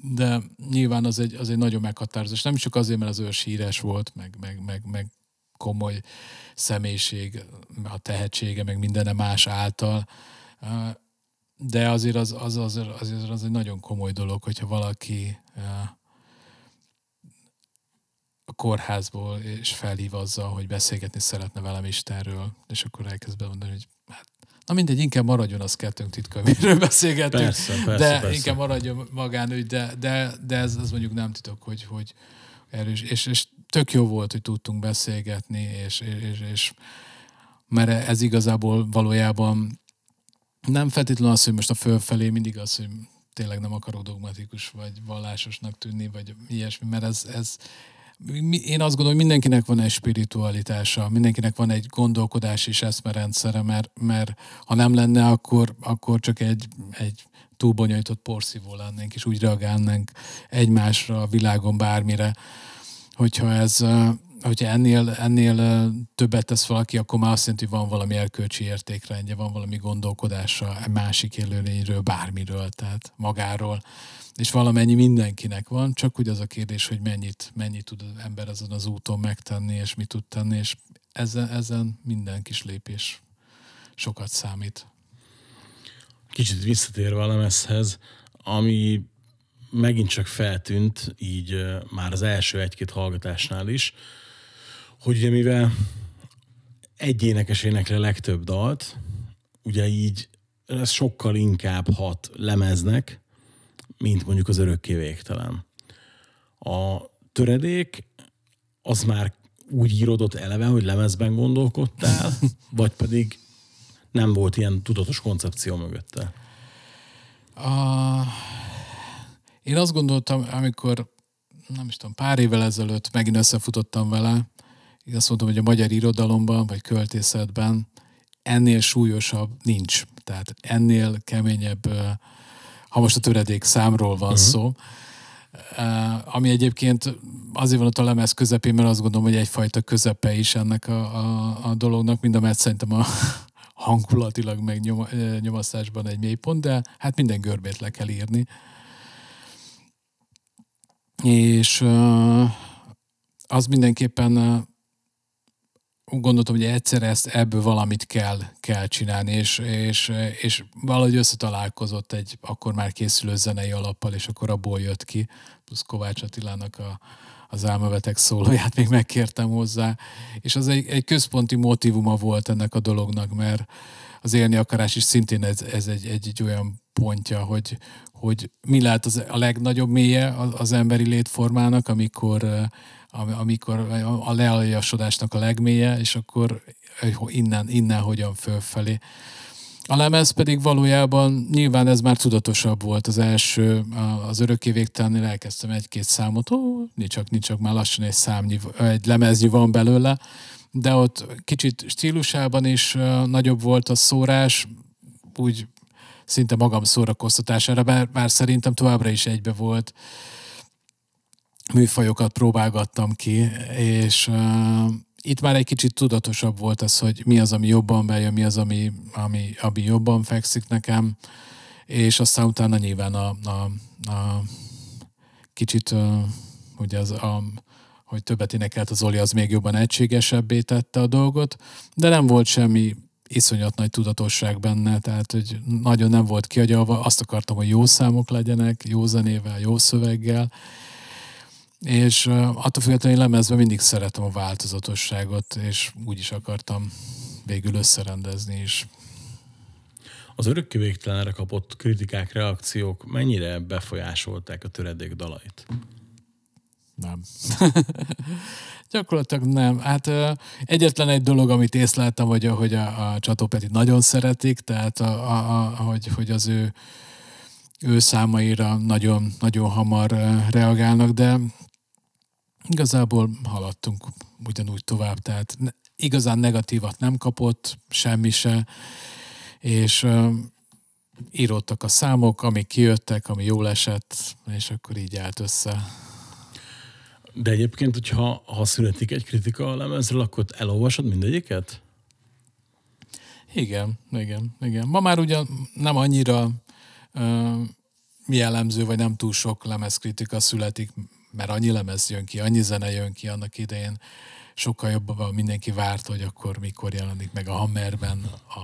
de nyilván az egy, az egy nagyon meghatározó, és nem csak azért, mert az ős híres volt, meg, meg, meg, meg komoly személyiség, a tehetsége, meg minden más által, de azért az, az, az, az, az egy nagyon komoly dolog, hogyha valaki a kórházból és felhív azzal, hogy beszélgetni szeretne velem Istenről, és akkor elkezd bemondani, hogy hát, na mindegy, inkább maradjon az kettőnk titka, amiről beszélgetünk, persze, persze, de persze. inkább maradjon magánügy, de, de, de ez, ez mondjuk nem titok, hogy, hogy erős, és, és tök jó volt, hogy tudtunk beszélgetni, és, és, és mert ez igazából valójában nem feltétlenül az, hogy most a fölfelé mindig az, hogy tényleg nem akarok dogmatikus, vagy vallásosnak tűnni, vagy ilyesmi, mert ez, ez én azt gondolom, hogy mindenkinek van egy spiritualitása, mindenkinek van egy gondolkodás és eszmerendszere, mert, mert ha nem lenne, akkor, akkor csak egy, egy túlbonyolított porszívó lennénk, és úgy reagálnánk egymásra, a világon bármire. Hogyha ez, hogyha ennél, ennél többet tesz valaki, akkor már azt jelenti, hogy van valami erkölcsi értékrendje, van valami gondolkodása egy másik élőlényről, bármiről, tehát magáról. És valamennyi mindenkinek van, csak úgy az a kérdés, hogy mennyit, mennyit tud az ember azon az úton megtenni, és mit tud tenni, és ezen, ezen minden kis lépés sokat számít. Kicsit visszatérve a lemezhez, ami megint csak feltűnt, így már az első egy-két hallgatásnál is, hogy ugye mivel egy énekes énekli a legtöbb dalt, ugye így ez sokkal inkább hat lemeznek, mint mondjuk az Örökké Végtelen. A Töredék az már úgy íródott eleve, hogy lemezben gondolkodtál, vagy pedig nem volt ilyen tudatos koncepció mögötte? A... Én azt gondoltam, amikor nem is tudom, pár évvel ezelőtt megint összefutottam vele, én azt mondtam, hogy a magyar irodalomban, vagy költészetben ennél súlyosabb nincs. Tehát ennél keményebb, ha most a Töredék számról van uh-huh. szó, ami egyébként azért van ott a lemez közepén, mert azt gondolom, hogy egyfajta közepe is ennek a, a, a dolognak, mind a mert szerintem a hangulatilag meg nyom, nyomasztásban egy mélypont, de hát minden görbét le kell írni. És uh, az mindenképpen uh, úgy gondoltam, hogy egyszer ezt ebből valamit kell, kell csinálni, és, és, és valahogy összetalálkozott egy akkor már készülő zenei alappal, és akkor abból jött ki, plusz Kovács Attilának a, az Álmövetek szólóját még megkértem hozzá, és az egy, egy központi motívuma volt ennek a dolognak, mert az élni akarás is szintén ez, ez egy, egy, egy olyan pontja, hogy, hogy mi lehet az, a legnagyobb mélye az emberi létformának, amikor, amikor a lealjasodásnak a legmélye, és akkor innen, innen hogyan fölfelé. A lemez pedig valójában nyilván ez már tudatosabb volt. Az első, az Örökké Végtelennél elkezdtem egy-két számot, ó, nincs csak, nincs csak már lassan egy számnyi, egy lemeznyi van belőle, de ott kicsit stílusában is nagyobb volt a szórás, úgy szinte magam szórakoztatására, bár, bár szerintem továbbra is egybe volt. Műfajokat próbálgattam ki, és uh, itt már egy kicsit tudatosabb volt az, hogy mi az, ami jobban bejön, mi az, ami, ami, ami jobban fekszik nekem, és aztán utána nyilván a, a, a kicsit, uh, ugye az, a, hogy többet énekelt az Zoli, az még jobban egységesebbé tette a dolgot, de nem volt semmi iszonyat nagy tudatosság benne, tehát hogy nagyon nem volt kiagyalva, azt akartam, hogy jó számok legyenek, jó zenével, jó szöveggel, és uh, attól függetlenül lemezben mindig szeretem a változatosságot, és úgy is akartam végül összerendezni is. Az Örökké Végtelenre kapott kritikák, reakciók mennyire befolyásolták a Töredék dalait? Nem. Gyakorlatilag nem. Hát egyetlen egy dolog, amit észleltem, hogy, hogy a, a Csató Petit nagyon szeretik, tehát a, a, a, hogy, hogy az ő, ő számaira nagyon, nagyon hamar reagálnak, de igazából haladtunk ugyanúgy tovább, tehát igazán negatívat nem kapott, semmi se, és íródtak a számok, amik kijöttek, ami jól esett, és akkor így állt össze. De egyébként, hogyha ha születik egy kritika a lemezről, akkor elolvasod mindegyiket? Igen, igen, igen. Ma már ugyan nem annyira uh, mi jellemző, vagy nem túl sok lemezkritika születik, mert annyi lemez jön ki, annyi zene jön ki annak idején, sokkal jobban mindenki várt, hogy akkor mikor jelenik meg a Hammerben, a,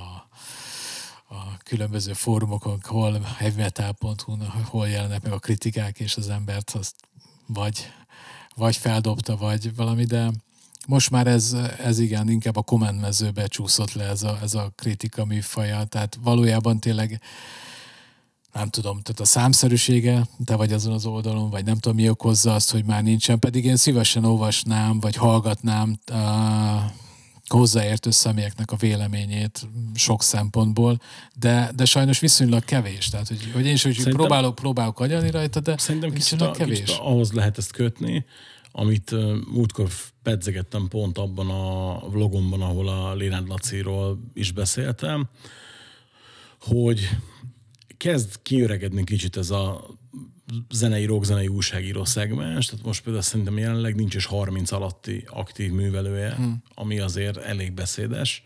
a különböző fórumokon, hol heavymetal pont hu, hol jelennek meg a kritikák, és az embert azt vagy, vagy feldobta, vagy valami, de most már ez, ez igen, inkább a kommentmezőbe csúszott le ez a, ez a kritika műfaja, tehát valójában tényleg nem tudom, tehát a számszerűsége, te vagy azon az oldalon, vagy nem tudom, mi okozza azt, hogy már nincsen, pedig én szívesen olvasnám, vagy hallgatnám uh, hozzáértő személyeknek a véleményét sok szempontból, de, de sajnos viszonylag kevés. Tehát, hogy, hogy én is hogy próbálok, próbálok agyalni rajta, de szerintem kicsit, a, kevés. Kicsit ahhoz lehet ezt kötni, amit uh, múltkor pedzegettem pont abban a vlogomban, ahol a Lénád Laciról is beszéltem, hogy kezd kiöregedni kicsit ez a zenei, rockzenei újságíró szegmens, tehát most például szerintem jelenleg nincs is harminc alatti aktív művelője, hmm. ami azért elég beszédes,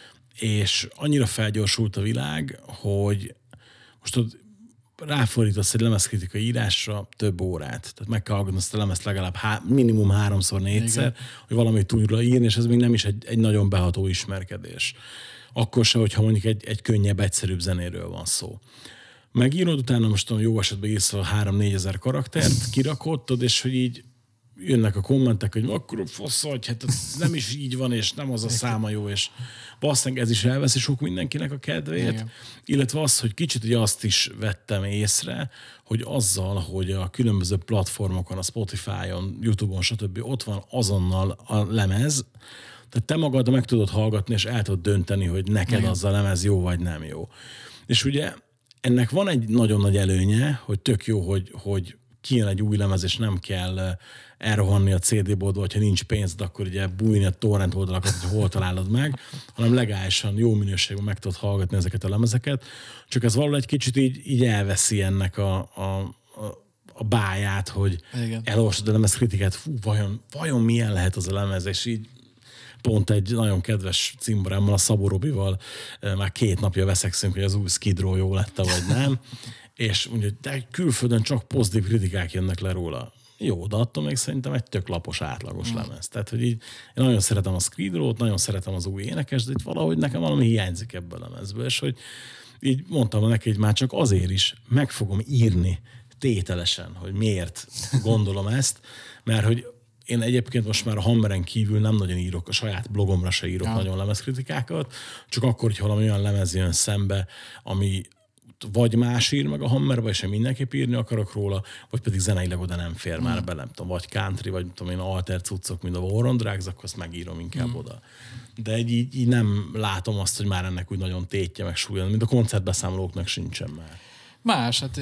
és annyira felgyorsult a világ, hogy most ott ráfordítasz egy lemezkritikai írásra több órát. Tehát meg kell hallgatni azt a lemezt legalább há- minimum háromszor, négyszer, igen, hogy valamit tudj írni, és ez még nem is egy, egy nagyon beható ismerkedés. Akkor se, hogyha mondjuk egy, egy könnyebb, egyszerűbb zenéről van szó. Megírod, utána most jó esetben írsz a három-négyezer karaktert, kirakodtad, és hogy így jönnek a kommentek, hogy akkor fasz vagy, hát ez nem is így van, és nem az a száma jó, és basszeng, ez is elveszi sok mindenkinek a kedvét. Igen. Illetve az, hogy kicsit ugye azt is vettem észre, hogy azzal, hogy a különböző platformokon, a Spotify-on, YouTube-on, stb. Ott van azonnal a lemez, tehát te magad meg tudod hallgatni, és el tudod dönteni, hogy neked igen, az a lemez jó, vagy nem jó. És ugye ennek van egy nagyon nagy előnye, hogy tök jó, hogy, hogy kijön egy új lemez, és nem kell elrohanni a cé dé-boltba, hogyha nincs pénzed, akkor ugye bújni a torrent oldalakat, hogy hol találod meg, hanem legálisan, jó minőségben meg tudod hallgatni ezeket a lemezeket. Csak ez valahogy egy kicsit így, így elveszi ennek a, a, a báját, hogy elolvasod a lemez kritikát, fú, vajon, vajon milyen lehet az a lemez, és így pont egy nagyon kedves cimborámmal, a Szabó Robival már két napja veszekszünk, hogy az új Skid Row jó lett, vagy nem. És mondja, de külföldön csak pozitív kritikák jönnek le róla. Jó, de attól még szerintem egy tök lapos, átlagos mm. lemez. Tehát, hogy így én nagyon szeretem a Skid Row-t, nagyon szeretem az új énekes, de itt valahogy nekem valami hiányzik ebből a lemezből, és hogy így mondtam neki, hogy már csak azért is meg fogom írni tételesen, hogy miért gondolom ezt, mert hogy én egyébként most már a Hammeren kívül nem nagyon írok, a saját blogomra se írok ja. nagyon lemezkritikákat, csak akkor, hogy valami olyan lemez jön szembe, ami vagy más ír meg a Hammerbe, és én mindenképp írni akarok róla, vagy pedig zeneileg oda nem fér mm. már be, nem tudom, vagy country, vagy tudom én, alter cuccok, mint a War on Drugs, akkor azt megírom inkább mm. oda. De így, így nem látom azt, hogy már ennek úgy nagyon tétje, meg súlya, mint a koncertbeszámolóknak sincsen már. Más, hát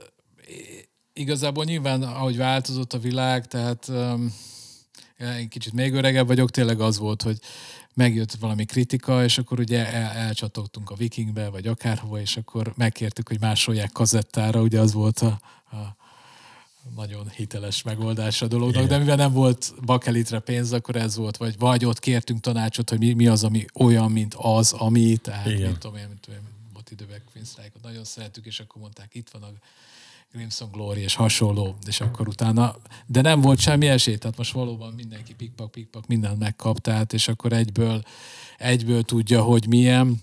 igazából nyilván, ahogy változott a világ, tehát um, én kicsit még öregebb vagyok, tényleg az volt, hogy megjött valami kritika, és akkor ugye el, elcsatogtunk a Vikingbe, vagy akárhova, és akkor megkértük, hogy másolják kazettára, ugye az volt a, a nagyon hiteles megoldás a dolognak, igen, de mivel nem volt bakelitre pénz, akkor ez volt, vagy, vagy ott kértünk tanácsot, hogy mi, mi az, ami olyan, mint az, ami, tehát igen, mint tudom én, mint tudom én, ott időben Queenstrike-ot nagyon szerettük, és akkor mondták, itt van a Crimson Glory és hasonló, és akkor utána, de nem volt semmi esély, tehát most valóban mindenki pikpak, pikpak, mindent megkap, tehát, és akkor egyből, egyből tudja, hogy milyen,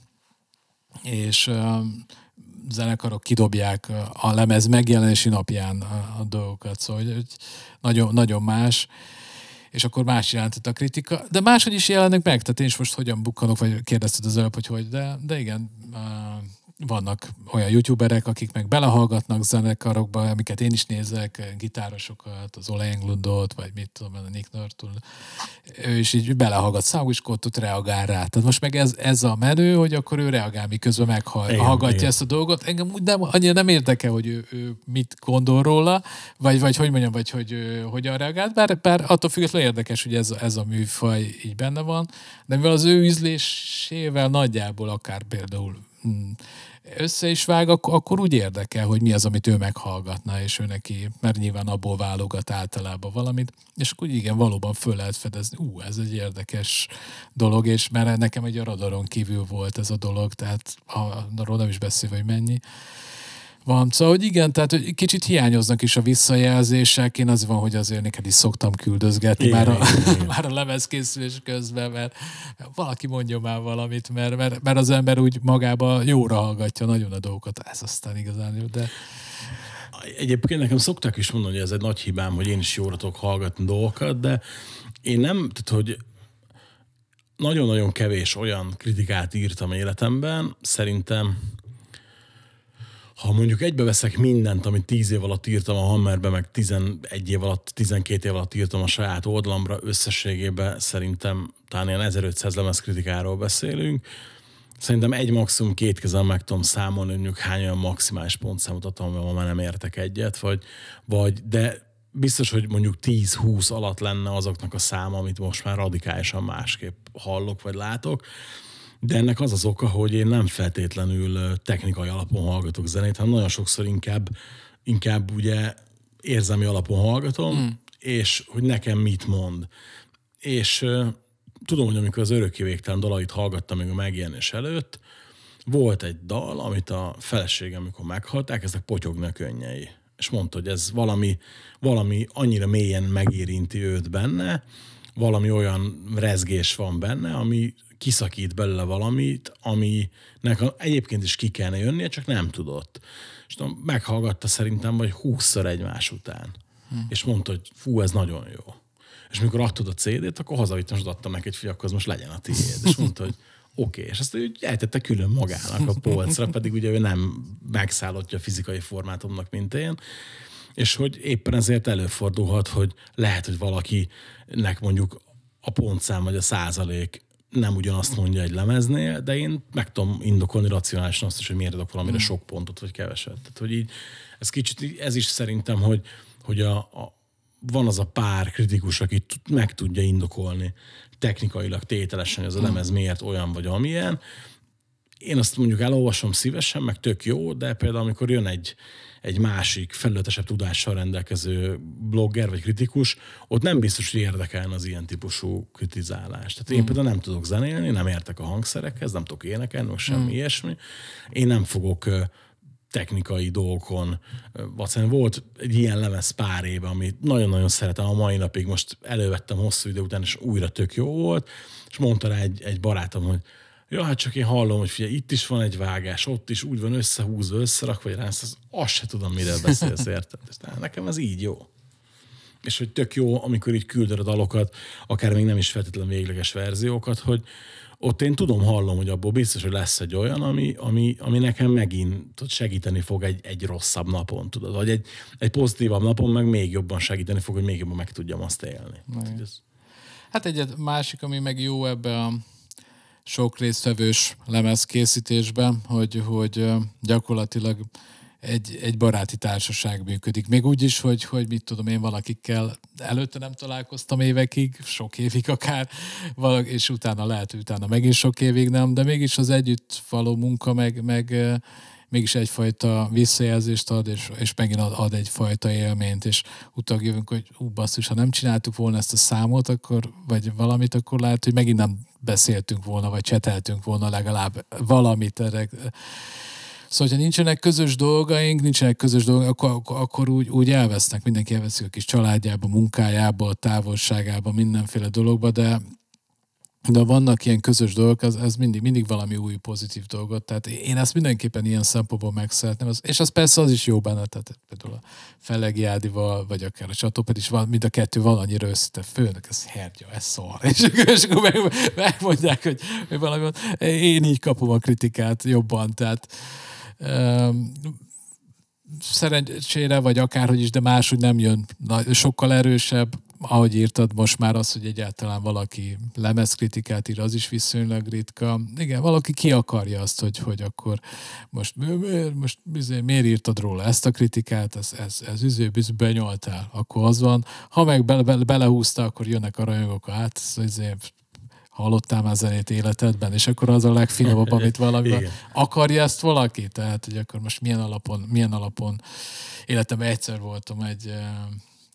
és uh, zenekarok kidobják a lemez megjelenési napján a, a dolgokat, szóval hogy nagyon, nagyon más, és akkor más jelentett a kritika, de máshogy is jelennek meg, tehát én is most hogyan bukkanok, vagy kérdezted az előbb, hogy hogy, de, de igen, uh, vannak olyan youtuberek, akik meg belehallgatnak zenekarokba, amiket én is nézek, gitárosokat, az Ole Englundot, vagy mit tudom, a Nick Norton, ő is így belehallgat Sauguskottot, reagál rá. Tehát most meg ez, ez a menő, hogy akkor ő reagál, miközben meghallgatja ezt a dolgot. Engem úgy nem, annyira nem érdekel, hogy ő, ő mit gondol róla, vagy, vagy hogy mondjam, vagy hogy ő, hogyan reagált, bár, bár attól függetlenül érdekes, hogy ez, ez a műfaj így benne van, de mivel az ő üzlésével nagyjából akár például össze is vág, akkor, akkor úgy érdekel, hogy mi az, amit ő meghallgatna, és ő neki, mert nyilván abból válogat általában valamit, és akkor igen, valóban föl lehet fedezni. Ú, ez egy érdekes dolog, és mert nekem egy a radaron kívül volt ez a dolog, tehát arról nem is beszélve, hogy mennyi. van. Szóval, hogy igen, tehát hogy kicsit hiányoznak is a visszajelzések. Én az van, hogy azért neked is szoktam küldözgetni igen, már, a, igen, igen. már a lemezkészülés közben, mert valaki mondja már valamit, mert, mert, mert az ember úgy magába jóra hallgatja nagyon a dolgokat. Ez aztán igazán jó, de... Egyébként nekem szokták is mondani, hogy ez egy nagy hibám, hogy én is jóra tudok hallgatni dolgokat, de én nem, tehát hogy nagyon-nagyon kevés olyan kritikát írtam életemben, szerintem ha mondjuk egybeveszek mindent, amit tíz év alatt írtam a Hammerbe, meg tizenegy év alatt, tizenkét év alatt írtam a saját oldalamra, összességében szerintem talán ilyen ezerötszáz lemezkritikáról beszélünk. Szerintem egy maximum két kezen meg tudom számolni, mondjuk hány olyan maximális pontszámot adtam, amivel már nem értek egyet, vagy, vagy de biztos, hogy mondjuk tíz-húsz alatt lenne azoknak a száma, amit most már radikálisan másképp hallok, vagy látok. De ennek az az oka, hogy én nem feltétlenül technikai alapon hallgatok zenét, hanem nagyon sokszor inkább, inkább ugye érzelmi alapon hallgatom, mm. és hogy nekem mit mond. És uh, tudom, hogy amikor az Örökké Végtelen dalait hallgattam még a megjelenés előtt, volt egy dal, amit a feleségem, amikor meghalt, elkezdtek potyogni a könnyei. És mondta, hogy ez valami, valami annyira mélyen megérinti őt benne, valami olyan rezgés van benne, ami kiszakít belőle valamit, aminek egyébként is ki kellene jönnie, csak nem tudott. És tudom, meghallgatta szerintem vagy húszszor egymás után. Hm. És mondta, hogy fú, ez nagyon jó. És mikor adtad a cé dét, akkor hazavittem, és adtam neki, hogy figyelj, akkor az most legyen a tiéd. És mondta, hogy oké. Okay. És azt úgy eltette külön magának a polcra, pedig ugye ő nem megszállottja a fizikai formátumnak, mint én. És hogy éppen ezért előfordulhat, hogy lehet, hogy valakinek mondjuk a pontszám vagy a százalék nem ugyanazt mondja egy lemeznél, de én meg tudom indokolni racionálisan azt is, hogy miért adok valamire sok pontot, vagy keveset. Tehát, hogy így, ez kicsit, ez is szerintem, hogy, hogy a, a, van az a pár kritikus, aki meg tudja indokolni technikailag, tételesen, hogy az a lemez miért olyan vagy amilyen. Én azt mondjuk elolvasom szívesen, meg tök jó, de például amikor jön egy, egy másik, felületesebb tudással rendelkező blogger vagy kritikus, ott nem biztos, hogy érdekelne az ilyen típusú kritizálás. Tehát én mm. például nem tudok zenélni, nem értek a hangszerekhez, nem tudok énekelni, semmi mm. ilyesmi. Én nem fogok uh, technikai dolgokon. Uh, volt egy ilyen lemez pár éve, amit nagyon-nagyon szeretem a mai napig, most elővettem hosszú idő után, és újra tök jó volt, és mondta rá egy, egy barátom, hogy ja, hát csak én hallom, hogy figyelj, itt is van egy vágás, ott is úgy van összehúzva, összerakva, vagy rá, azt, azt se tudom, miről beszélsz, érted? Nekem ez így jó. És hogy tök jó, amikor így küldöd a dalokat, akár még nem is feltétlenül végleges verziókat, hogy ott én tudom, hallom, hogy abból biztos, hogy lesz egy olyan, ami, ami, ami nekem megint tud, segíteni fog egy, egy rosszabb napon, tudod? Vagy egy, egy pozitívabb napon meg még jobban segíteni fog, hogy még jobban meg tudjam azt élni. Hát egy másik, ami meg jó ebbe a sok résztvevős lemezkészítésben, hogy, hogy gyakorlatilag egy, egy baráti társaság működik. Még úgy is, hogy, hogy mit tudom én, valakikkel előtte nem találkoztam évekig, sok évig akár, és utána lehet, utána megint sok évig nem, de mégis az együtt való munka meg, meg mégis egyfajta visszajelzést ad, és, és megint ad, ad egyfajta élményt, és utána jövünk, hogy ú, basszus, ha nem csináltuk volna ezt a számot, akkor, vagy valamit, akkor lehet, hogy megint nem beszéltünk volna, vagy cseteltünk volna legalább valamit erre. Szóval, ha nincsenek közös dolgaink, nincsenek közös dolgaink, akkor, akkor, akkor úgy, úgy elvesznek, mindenki elveszik a kis családjába, munkájába, a távolságába, mindenféle dologba, de de vannak ilyen közös dolgok, ez, ez mindig, mindig valami új pozitív dolgot. Tehát én ezt mindenképpen ilyen szempontból megszeretném. És az persze az is jó benne, tehát például a Fellegi Ádival, vagy akár a Csatóped is van, mind a kettő van annyira összetett. Főnök, ez hergya, ez szar. És, és akkor meg, megmondják, hogy, hogy valami, én így kapom a kritikát jobban. Tehát um, szerencsére, vagy akárhogy is, de máshogy nem jön. Na, sokkal erősebb, ahogy írtad, most már az, hogy egyáltalán valaki lemezkritikát ír, az is viszonylag ritka. Igen, valaki ki akarja azt, hogy, hogy akkor most, most miért írtad róla ezt a kritikát, ez, ez, ez üző, benyoltál, akkor az van. Ha meg bele, bele, belehúzta, akkor jönnek a rajongók, hát ezért hallottál már zenét életedben, és akkor az a legfinomabb, amit valami akarja ezt valaki, tehát hogy akkor most milyen alapon, milyen alapon életemben egyszer voltam egy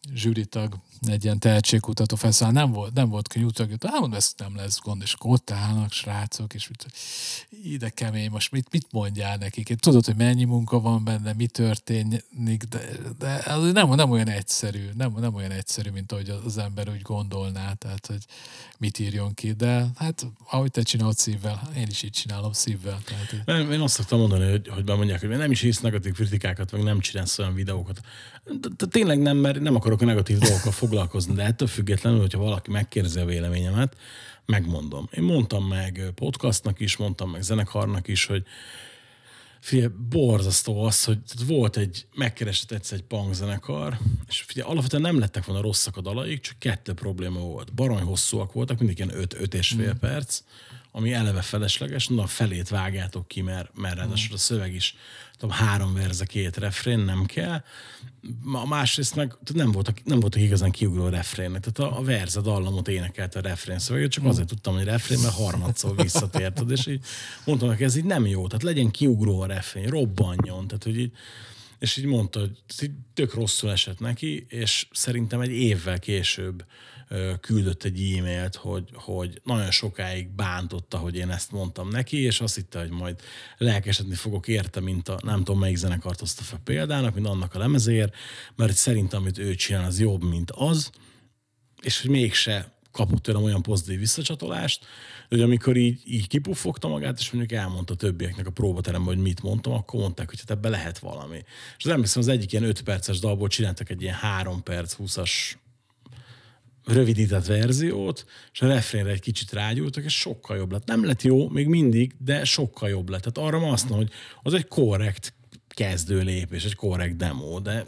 zsűritag, egy ilyen tehetségkutató felszáll, nem volt, nem volt könnyű utak, hát mondom, ez nem lesz gond, és akkor ott állnak srácok, és mit, ide kemény, most mit, mit mondjál nekik? Én tudod, hogy mennyi munka van benne, mi történik, de, de az nem, nem olyan egyszerű, nem, nem olyan egyszerű, mint ahogy az ember úgy gondolná, tehát, hogy mit írjon ki, de hát ahogy te csinálod szívvel, én is így csinálom szívvel. Tehát, nem, én azt szoktam mondani, hogy, hogy bemondják, hogy nem is hisz negatív kritikákat, meg nem csinálsz olyan videókat. De, de tényleg nem, mert nem akarok a negatív dolgokkal foglalkozni, de ettől függetlenül, hogyha valaki megkérdezi a véleményemet, megmondom. Én mondtam meg podcastnak is, mondtam meg zenekarnak is, hogy figyelj, borzasztó az, hogy volt egy, megkeresett egyszer egy punk zenekar, és figyelj, alapvetően nem lettek volna rosszak a dalaik, csak kettő probléma volt. Baromy hosszúak voltak, mindig ilyen öt, öt és fél mm. perc, ami eleve felesleges, na a felét vágjátok ki, mert, mert ráadásul a szöveg is tudom, három verze, két refrén, nem kell. A másrészt meg nem voltak, nem voltak igazán kiugró refrének. Tehát a, a verze dallamot énekelte a refrén szöveget, csak azért tudtam, hogy refrén, mert harmadszor visszatérted, és így mondtam neki, ez így nem jó, tehát legyen kiugró a refrén, robbanjon, tehát hogy így, és így mondta, hogy így tök rosszul esett neki, és szerintem egy évvel később küldött egy e-mailt, hogy, hogy nagyon sokáig bántotta, hogy én ezt mondtam neki, és azt hitte, hogy majd lelkesedni fogok érte, mint a nem tudom melyik zenekart hozta fel példának, mint annak a lemezér, mert szerintem, amit ő csinál, az jobb, mint az, és hogy mégse kapott tőlem olyan pozitív visszacsatolást, hogy amikor így, így kipuffogta magát, és mondjuk elmondta a többieknek a próbateremben, hogy mit mondtam, akkor mondták, hogy hát ebben lehet valami. És az emlékszem, az egyik ilyen öt perces dalból csináltak egy ilyen három perc, húszas rövidített verziót, és a refrénre egy kicsit rágyúltak, és sokkal jobb lett. Nem lett jó, még mindig, de sokkal jobb lett. Tehát arra ma azt mondom, hogy az egy korrekt kezdő lépés, egy korrekt demo, de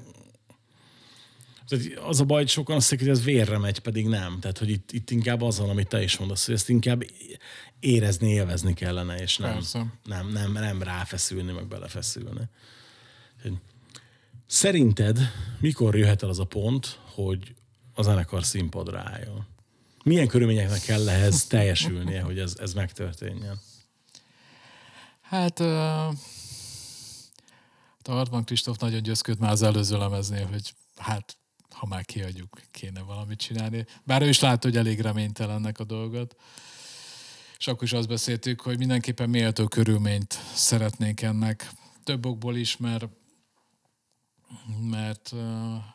az a baj, hogy sokan azt hiszik, hogy ez vérre megy, pedig nem. Tehát, hogy itt, itt inkább az van, amit te is mondasz, hogy ezt inkább érezni, élvezni kellene, és nem, nem, nem, nem ráfeszülni, meg belefeszülni. Szerinted mikor jöhet el az a pont, hogy a zenekar színpadra álljon? Milyen körülményeknek kell ehhez teljesülnie, hogy ez, ez megtörténjen? Hát uh, a Hartmann Kristóf nagyon győzködt már az előző lemeznél, hogy hát ha már kiadjuk, kéne valamit csinálni. Bár ő is látta, hogy elég reménytelennek a dolgot. És akkor is azt beszéltük, hogy mindenképpen méltó körülményt szeretnénk ennek. Több okból is, mert mert uh,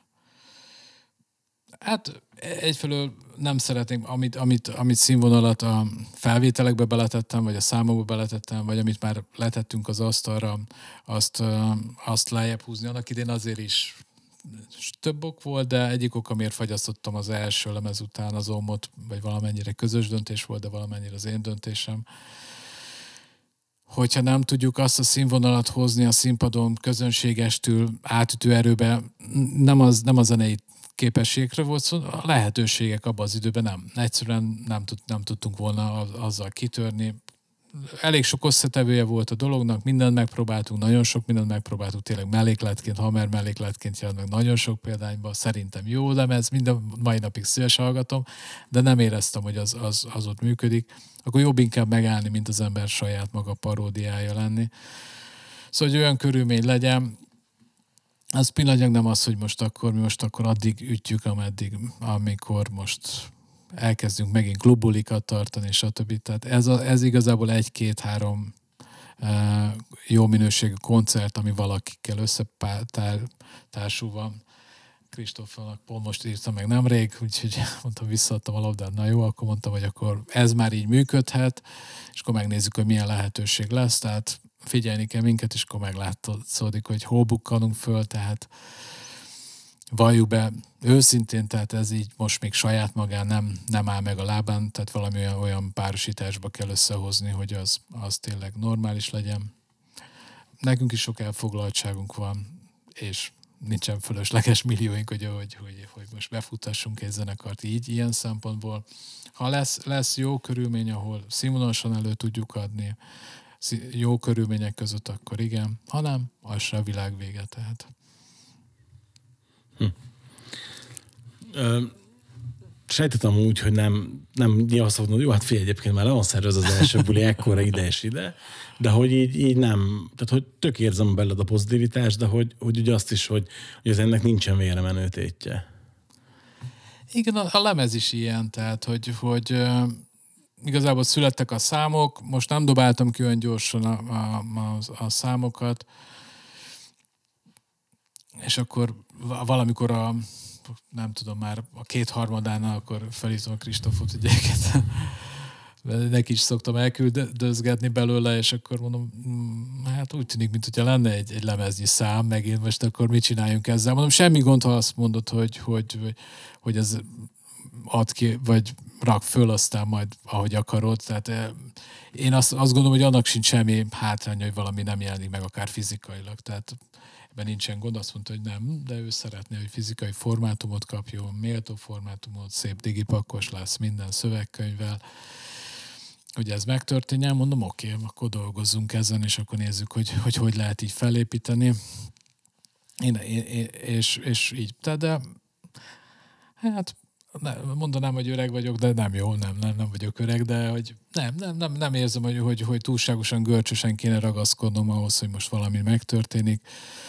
hát egyfelől nem szeretnénk, amit, amit, amit színvonalat a felvételekbe beletettem, vagy a számokba beletettem, vagy amit már letettünk az asztalra, azt, uh, azt lejjebb húzni. Annak idén azért is több ok volt, de egyik ok, amiért fagyasztottam az első lemez után az Omot, vagy valamennyire közös döntés volt, de valamennyire az én döntésem. Hogyha nem tudjuk azt a színvonalat hozni a színpadon közönségestül, átütő erőbe, nem az, nem a zenei képességekre volt szó, a lehetőségek abban az időben nem. Egyszerűen nem, tud, nem tudtunk volna azzal kitörni. Elég sok összetevője volt a dolognak, mindent megpróbáltunk, nagyon sok mindent megpróbáltunk, tényleg mellékletként, hamer mellékletként jelent meg nagyon sok példányban, szerintem jó lemez, minden mai napig szívesen hallgatom, de nem éreztem, hogy az, az, az ott működik. Akkor jobb inkább megállni, mint az ember saját maga paródiája lenni. Szóval, hogy olyan körülmény legyen, az pillanatnyilag nem az, hogy most akkor, mi most akkor addig ütjük, ameddig, amikor most elkezdünk megint klubulikat tartani, és a többi. Tehát ez, a, ez igazából egy-két-három e, jó minőségű koncert, ami valakikkel összetársul van. Kristófnak pont most írtam meg nemrég, úgyhogy mondtam, visszaadtam a labdát, na jó, akkor mondtam, hogy akkor ez már így működhet, és akkor megnézzük, hogy milyen lehetőség lesz, tehát figyelni kell minket, és akkor meglátszódik, hogy hol bukkanunk föl, tehát valljuk be őszintén, tehát ez így most még saját magán nem, nem áll meg a lábán, tehát valami olyan, olyan párosításba kell összehozni, hogy az, az tényleg normális legyen. Nekünk is sok elfoglaltságunk van, és nincsen fölösleges millióink, hogy, hogy, hogy, hogy most befutassunk egy zenekart így, ilyen szempontból. Ha lesz, lesz jó körülmény, ahol színvonalasan elő tudjuk adni, jó körülmények között, akkor igen. Ha nem, az se a világ vége, tehát. Hm. Ö, sejtettem úgy, hogy nem, nem nyilván hogy jó, hát figyelj, egyébként már le van szervez az első buli, ekkora ide és ide, de hogy így, így nem, tehát hogy tök érzem beled a pozitivitást, de hogy, hogy ugye azt is, hogy, hogy az ennek nincsen vére menő tétje. Igen, a, a lemez is ilyen, tehát, hogy, hogy uh, igazából születtek a számok, most nem dobáltam ki olyan gyorsan a, a, a, a számokat, és akkor valamikor a, nem tudom már, a kétharmadánál akkor felhívom a Kristófot, ügyeket. Neki is szoktam elküldözgetni belőle, és akkor mondom, hát úgy tűnik, mint hogyha lenne egy, egy lemeznyi szám, megint most akkor mit csináljunk ezzel. Mondom, semmi gond, ha azt mondod, hogy, hogy, hogy ez ad ki, vagy rak föl, aztán majd ahogy akarod. Tehát én azt, azt gondolom, hogy annak sincs semmi hátránya, hogy valami nem jelenik meg akár fizikailag. Tehát ebben nincsen gond, azt mondta, hogy nem, de ő szeretné, hogy fizikai formátumot kapjon, méltó formátumot, szép digipakkos lesz minden szövegkönyvvel, hogy ez megtörténjen, mondom, oké, okay, akkor dolgozzunk ezen, és akkor nézzük, hogy hogy, hogy lehet így felépíteni. Én, én, és, és így, de, de hát mondanám, hogy öreg vagyok, de nem jó, nem, nem, nem vagyok öreg, de hogy nem, nem, nem, nem érzem, hogy, hogy, hogy túlságosan görcsösen kéne ragaszkodnom ahhoz, hogy most valami megtörténik.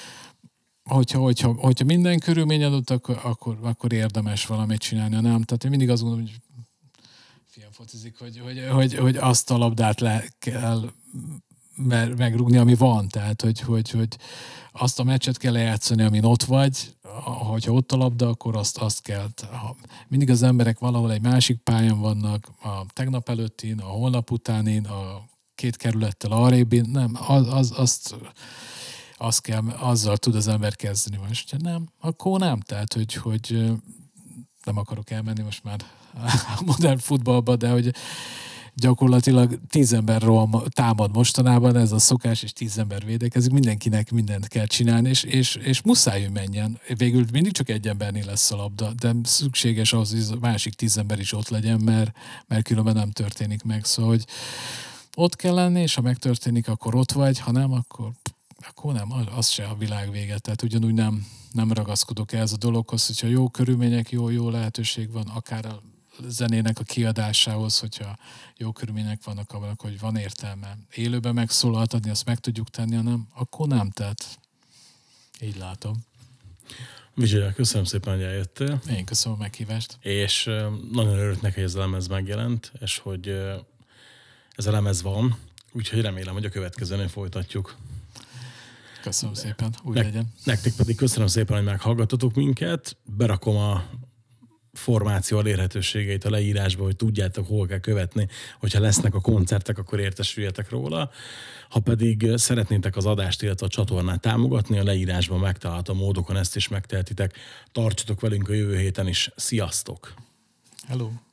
Hogyha, hogyha, hogyha minden körülmény adott, akkor, akkor, akkor érdemes valamit csinálni, nem? Tehát én mindig azt gondolom, hogy fiam focizik, hogy, hogy, hogy, hogy azt a labdát le kell megrúgni, ami van. Tehát, hogy, hogy, hogy azt a meccset kell lejátszani, amin ott vagy. Ha ott a labda, akkor azt, azt kell. Ha mindig az emberek valahol egy másik pályán vannak, a tegnap előttin, a holnap utánin, a két kerülettel arrébbin, nem, az, az, azt, azt kell, azzal tud az ember kezdeni. Most ha nem, akkor nem. Tehát, hogy, hogy nem akarok elmenni most már a modern futballba, de hogy gyakorlatilag tíz ember támad mostanában, ez a szokás, és tíz ember védekezik, mindenkinek mindent kell csinálni, és, és, és muszáj, hogy menjen. Végül mindig csak egy embernél lesz a labda, de szükséges az, hogy a másik tíz ember is ott legyen, mert, mert különben nem történik meg. Szóval, hogy ott kell lenni, és ha megtörténik, akkor ott vagy, ha nem, akkor, akkor nem, az se a világ vége. Tehát ugyanúgy nem, nem ragaszkodok ehhez a dologhoz, hogyha jó körülmények, jó, jó lehetőség van, akár a zenének a kiadásához, hogyha jó körülmények vannak abban, hogy van értelme élőben megszólaltatni, azt meg tudjuk tenni, hanem akkor nem, tehát így látom. Vizsgálja, köszönöm szépen, hogy eljöttél. Én köszönöm a meghívást. És nagyon örülök neki, hogy ez a lemez megjelent, és hogy ez a lemez van, úgyhogy remélem, hogy a következőnél folytatjuk. Köszönöm szépen, úgy ne- legyen. Nektek pedig köszönöm szépen, hogy meghallgatotok minket. Berakom a formáció elérhetőségeit a leírásba, hogy tudjátok, hol kell követni, hogyha lesznek a koncertek, akkor értesüljetek róla. Ha pedig szeretnétek az adást, illetve a csatornát támogatni, a leírásban megtalálható módokon ezt is megtehetitek. Tartsatok velünk a jövő héten is. Sziasztok! Hello!